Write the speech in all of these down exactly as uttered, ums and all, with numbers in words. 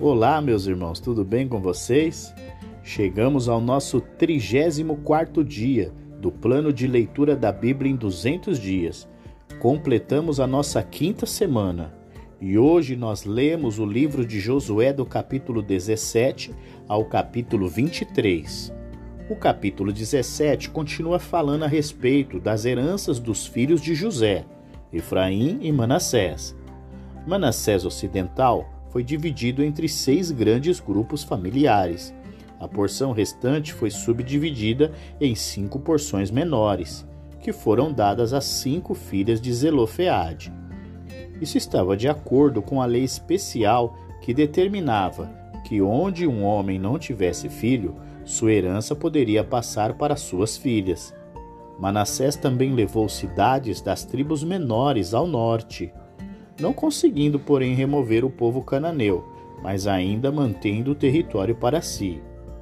Olá, meus irmãos, tudo bem com vocês? Chegamos ao nosso trigésimo quarto dia do plano de leitura da Bíblia em duzentos dias. Completamos a nossa quinta semana e hoje nós lemos o livro de Josué do capítulo dezessete ao capítulo vinte e três. O capítulo dezessete continua falando a respeito das heranças dos filhos de José, Efraim e Manassés. Manassés ocidental foi dividido entre seis grandes grupos familiares. A porção restante foi subdividida em cinco porções menores, que foram dadas às cinco filhas de Zelofeade. Isso estava de acordo com a lei especial que determinava que onde um homem não tivesse filho, sua herança poderia passar para suas filhas. Manassés também levou cidades das tribos menores ao norte, não conseguindo, porém, remover o povo cananeu, mas ainda mantendo o território para si.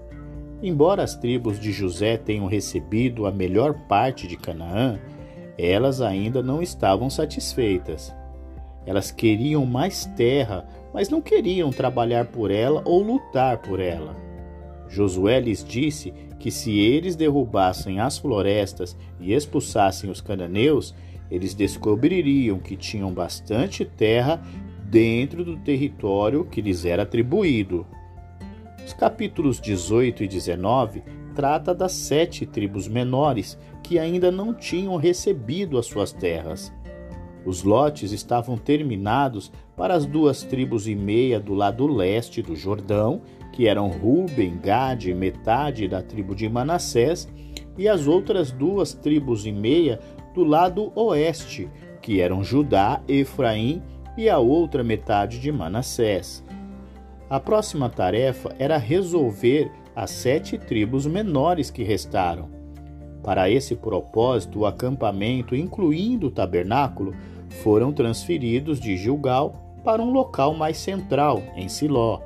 Embora as tribos de José tenham recebido a melhor parte de Canaã, elas ainda não estavam satisfeitas. Elas queriam mais terra, mas não queriam trabalhar por ela ou lutar por ela. Josué lhes disse que se eles derrubassem as florestas e expulsassem os cananeus, eles descobririam que tinham bastante terra dentro do território que lhes era atribuído. Os capítulos dezoito e dezenove tratam das sete tribos menores que ainda não tinham recebido as suas terras. Os lotes estavam terminados para as duas tribos e meia do lado leste do Jordão, que eram Ruben, Gade e metade da tribo de Manassés, e as outras duas tribos e meia do lado oeste, que eram Judá, Efraim e a outra metade de Manassés. A próxima tarefa era resolver as sete tribos menores que restaram. Para esse propósito, o acampamento, incluindo o tabernáculo, foram transferidos de Gilgal para um local mais central, em Siló.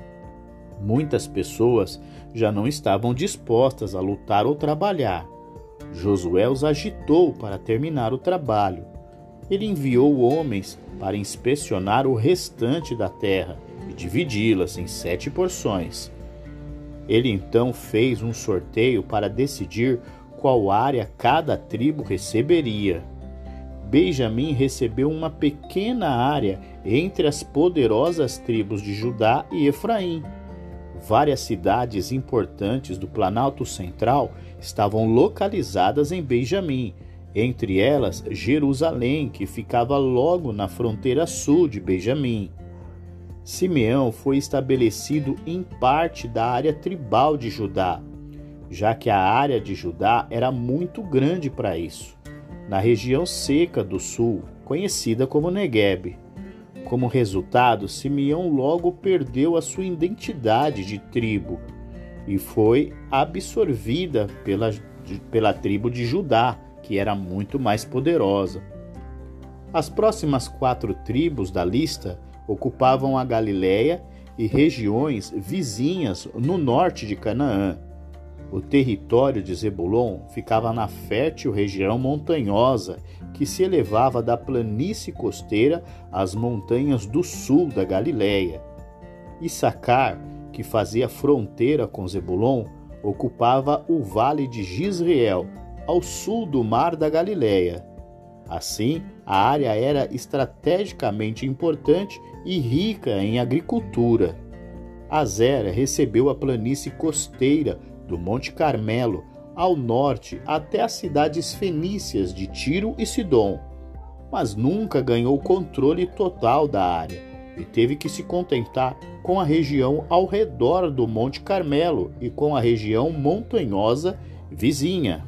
Muitas pessoas já não estavam dispostas a lutar ou trabalhar. Josué os agitou para terminar o trabalho. Ele enviou homens para inspecionar o restante da terra e dividi-las em sete porções. Ele então fez um sorteio para decidir qual área cada tribo receberia. Benjamim recebeu uma pequena área entre as poderosas tribos de Judá e Efraim. Várias cidades importantes do Planalto Central estavam localizadas em Benjamim, entre elas Jerusalém, que ficava logo na fronteira sul de Benjamim. Simeão foi estabelecido em parte da área tribal de Judá, já que a área de Judá era muito grande para isso, na região seca do sul, conhecida como Negueb. Como resultado, Simeão logo perdeu a sua identidade de tribo e foi absorvida pela, pela tribo de Judá, que era muito mais poderosa. As próximas quatro tribos da lista ocupavam a Galileia e regiões vizinhas no norte de Canaã. O território de Zebulon ficava na fértil região montanhosa que se elevava da planície costeira às montanhas do sul da Galileia. Issacar, que fazia fronteira com Zebulon, ocupava o vale de Jizreel, ao sul do mar da Galileia. Assim, a área era estrategicamente importante e rica em agricultura. Azer recebeu a planície costeira do Monte Carmelo, ao norte até as cidades fenícias de Tiro e Sidom, mas nunca ganhou controle total da área e teve que se contentar com a região ao redor do Monte Carmelo e com a região montanhosa vizinha.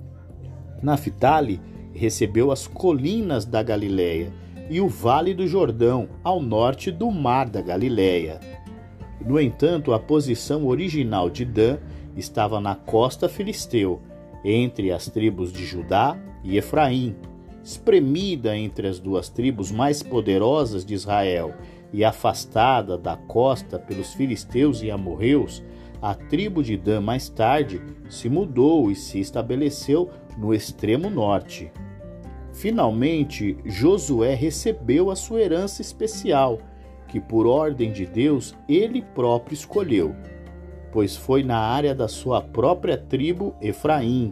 Naphtali recebeu as colinas da Galileia e o Vale do Jordão, ao norte do Mar da Galileia. No entanto, a posição original de Dan estava na costa filisteu, entre as tribos de Judá e Efraim, espremida entre as duas tribos mais poderosas de Israel e afastada da costa pelos filisteus e amorreus. A tribo de Dan mais tarde se mudou e se estabeleceu no extremo norte. Finalmente, Josué recebeu a sua herança especial que por ordem de Deus ele próprio escolheu, pois foi na área da sua própria tribo Efraim.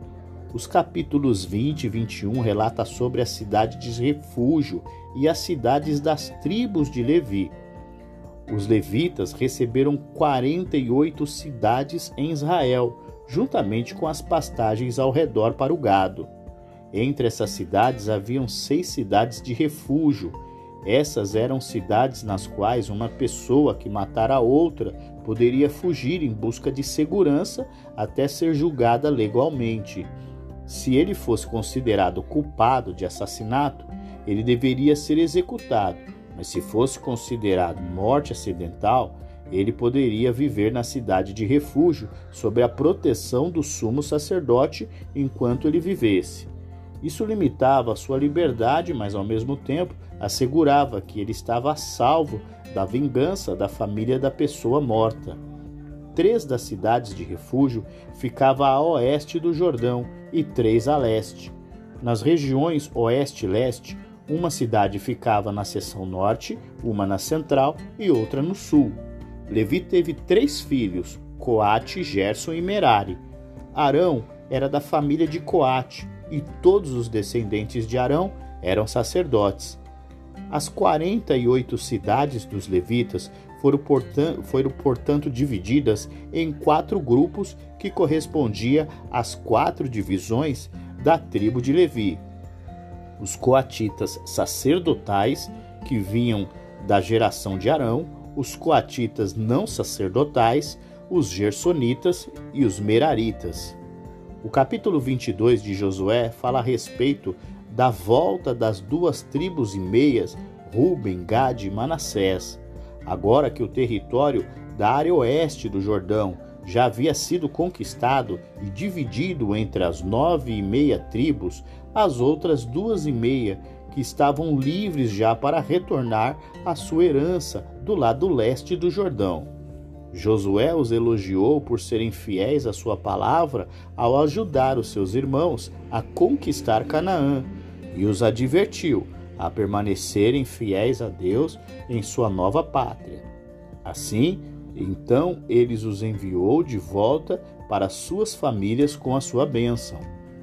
Os capítulos vinte e vinte e um relatam sobre a cidade de refúgio e as cidades das tribos de Levi. Os levitas receberam quarenta e oito cidades em Israel, juntamente com as pastagens ao redor para o gado. Entre essas cidades haviam seis cidades de refúgio. Essas eram cidades nas quais uma pessoa que matara a outra poderia fugir em busca de segurança até ser julgada legalmente. Se ele fosse considerado culpado de assassinato, ele deveria ser executado, mas se fosse considerado morte acidental, ele poderia viver na cidade de refúgio sob a proteção do sumo sacerdote enquanto ele vivesse. Isso limitava a sua liberdade, mas ao mesmo tempo assegurava que ele estava a salvo da vingança da família da pessoa morta. Três das cidades de refúgio ficavam a oeste do Jordão e três a leste. Nas regiões oeste e leste, uma cidade ficava na seção norte, uma na central e outra no sul. Levi teve três filhos, Coate, Gerson e Merari. Arão era da família de Coate e todos os descendentes de Arão eram sacerdotes. As quarenta e oito cidades dos levitas foram, portanto, foram, portanto, divididas em quatro grupos que correspondiam às quatro divisões da tribo de Levi. Os coatitas sacerdotais, que vinham da geração de Arão, os coatitas não sacerdotais, os gersonitas e os meraritas. O capítulo vinte e dois de Josué fala a respeito da volta das duas tribos e meias, Ruben, Gade e Manassés. Agora que o território da área oeste do Jordão já havia sido conquistado e dividido entre as nove e meia tribos, as outras duas e meia que estavam livres já para retornar à sua herança do lado leste do Jordão. Josué os elogiou por serem fiéis à sua palavra ao ajudar os seus irmãos a conquistar Canaã e os advertiu a permanecerem fiéis a Deus em sua nova pátria. Assim, então eles os enviou de volta para suas famílias com a sua bênção.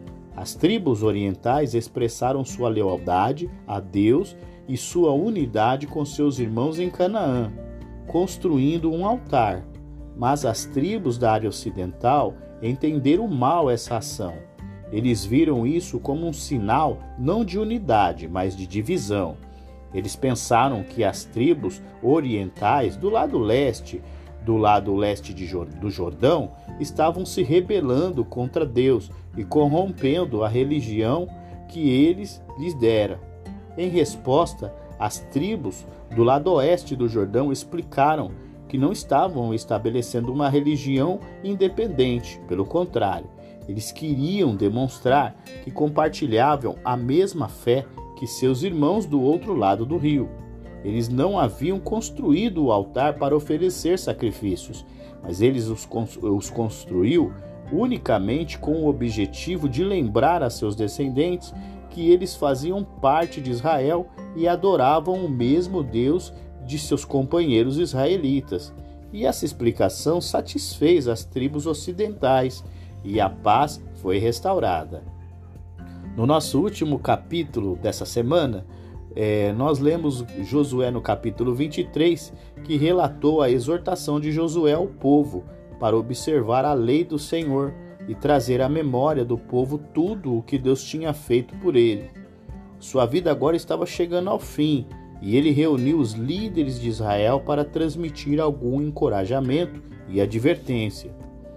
As tribos orientais expressaram sua lealdade a Deus e sua unidade com seus irmãos em Canaã, construindo um altar. Mas as tribos da área ocidental entenderam mal essa ação. Eles viram isso como um sinal não de unidade, mas de divisão. Eles pensaram que as tribos orientais do lado leste, do lado leste de, do Jordão, estavam se rebelando contra Deus e corrompendo a religião que eles lhes dera. Em resposta, as tribos do lado oeste do Jordão explicaram que não estavam estabelecendo uma religião independente, pelo contrário, eles queriam demonstrar que compartilhavam a mesma fé que seus irmãos do outro lado do rio. Eles não haviam construído o altar para oferecer sacrifícios, mas eles os, os construiu unicamente com o objetivo de lembrar a seus descendentes que eles faziam parte de Israel e adoravam o mesmo Deus de seus companheiros israelitas. E essa explicação satisfez as tribos ocidentais e a paz foi restaurada. No nosso último capítulo dessa semana, é, nós lemos Josué no capítulo vinte e três, que relatou a exortação de Josué ao povo para observar a lei do Senhor e trazer à memória do povo tudo o que Deus tinha feito por ele. Sua vida agora estava chegando ao fim e ele reuniu os líderes de Israel para transmitir algum encorajamento e advertência.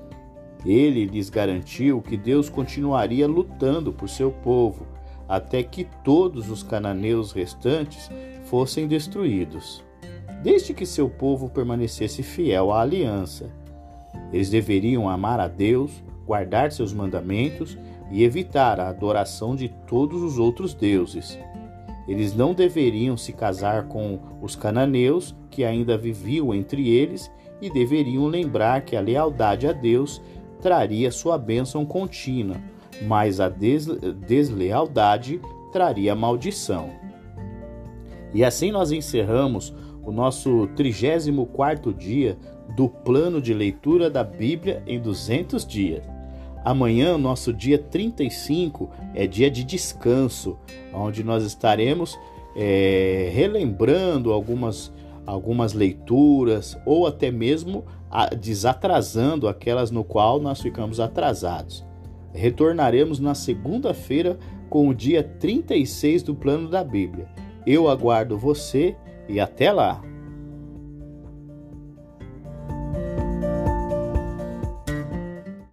Ele lhes garantiu que Deus continuaria lutando por seu povo, até que todos os cananeus restantes fossem destruídos, desde que seu povo permanecesse fiel à aliança. Eles deveriam amar a Deus, guardar seus mandamentos e evitar a adoração de todos os outros deuses. Eles não deveriam se casar com os cananeus que ainda viviam entre eles e deveriam lembrar que a lealdade a Deus traria sua bênção contínua, mas a deslealdade traria maldição. E assim nós encerramos o nosso trigésimo quarto dia do plano de leitura da Bíblia em duzentos dias. Amanhã, nosso dia trinta e cinco, é dia de descanso, onde nós estaremos é, relembrando algumas, algumas leituras ou até mesmo a, desatrasando aquelas no qual nós ficamos atrasados. Retornaremos na segunda-feira com o dia trinta e seis do plano da Bíblia. Eu aguardo você e até lá!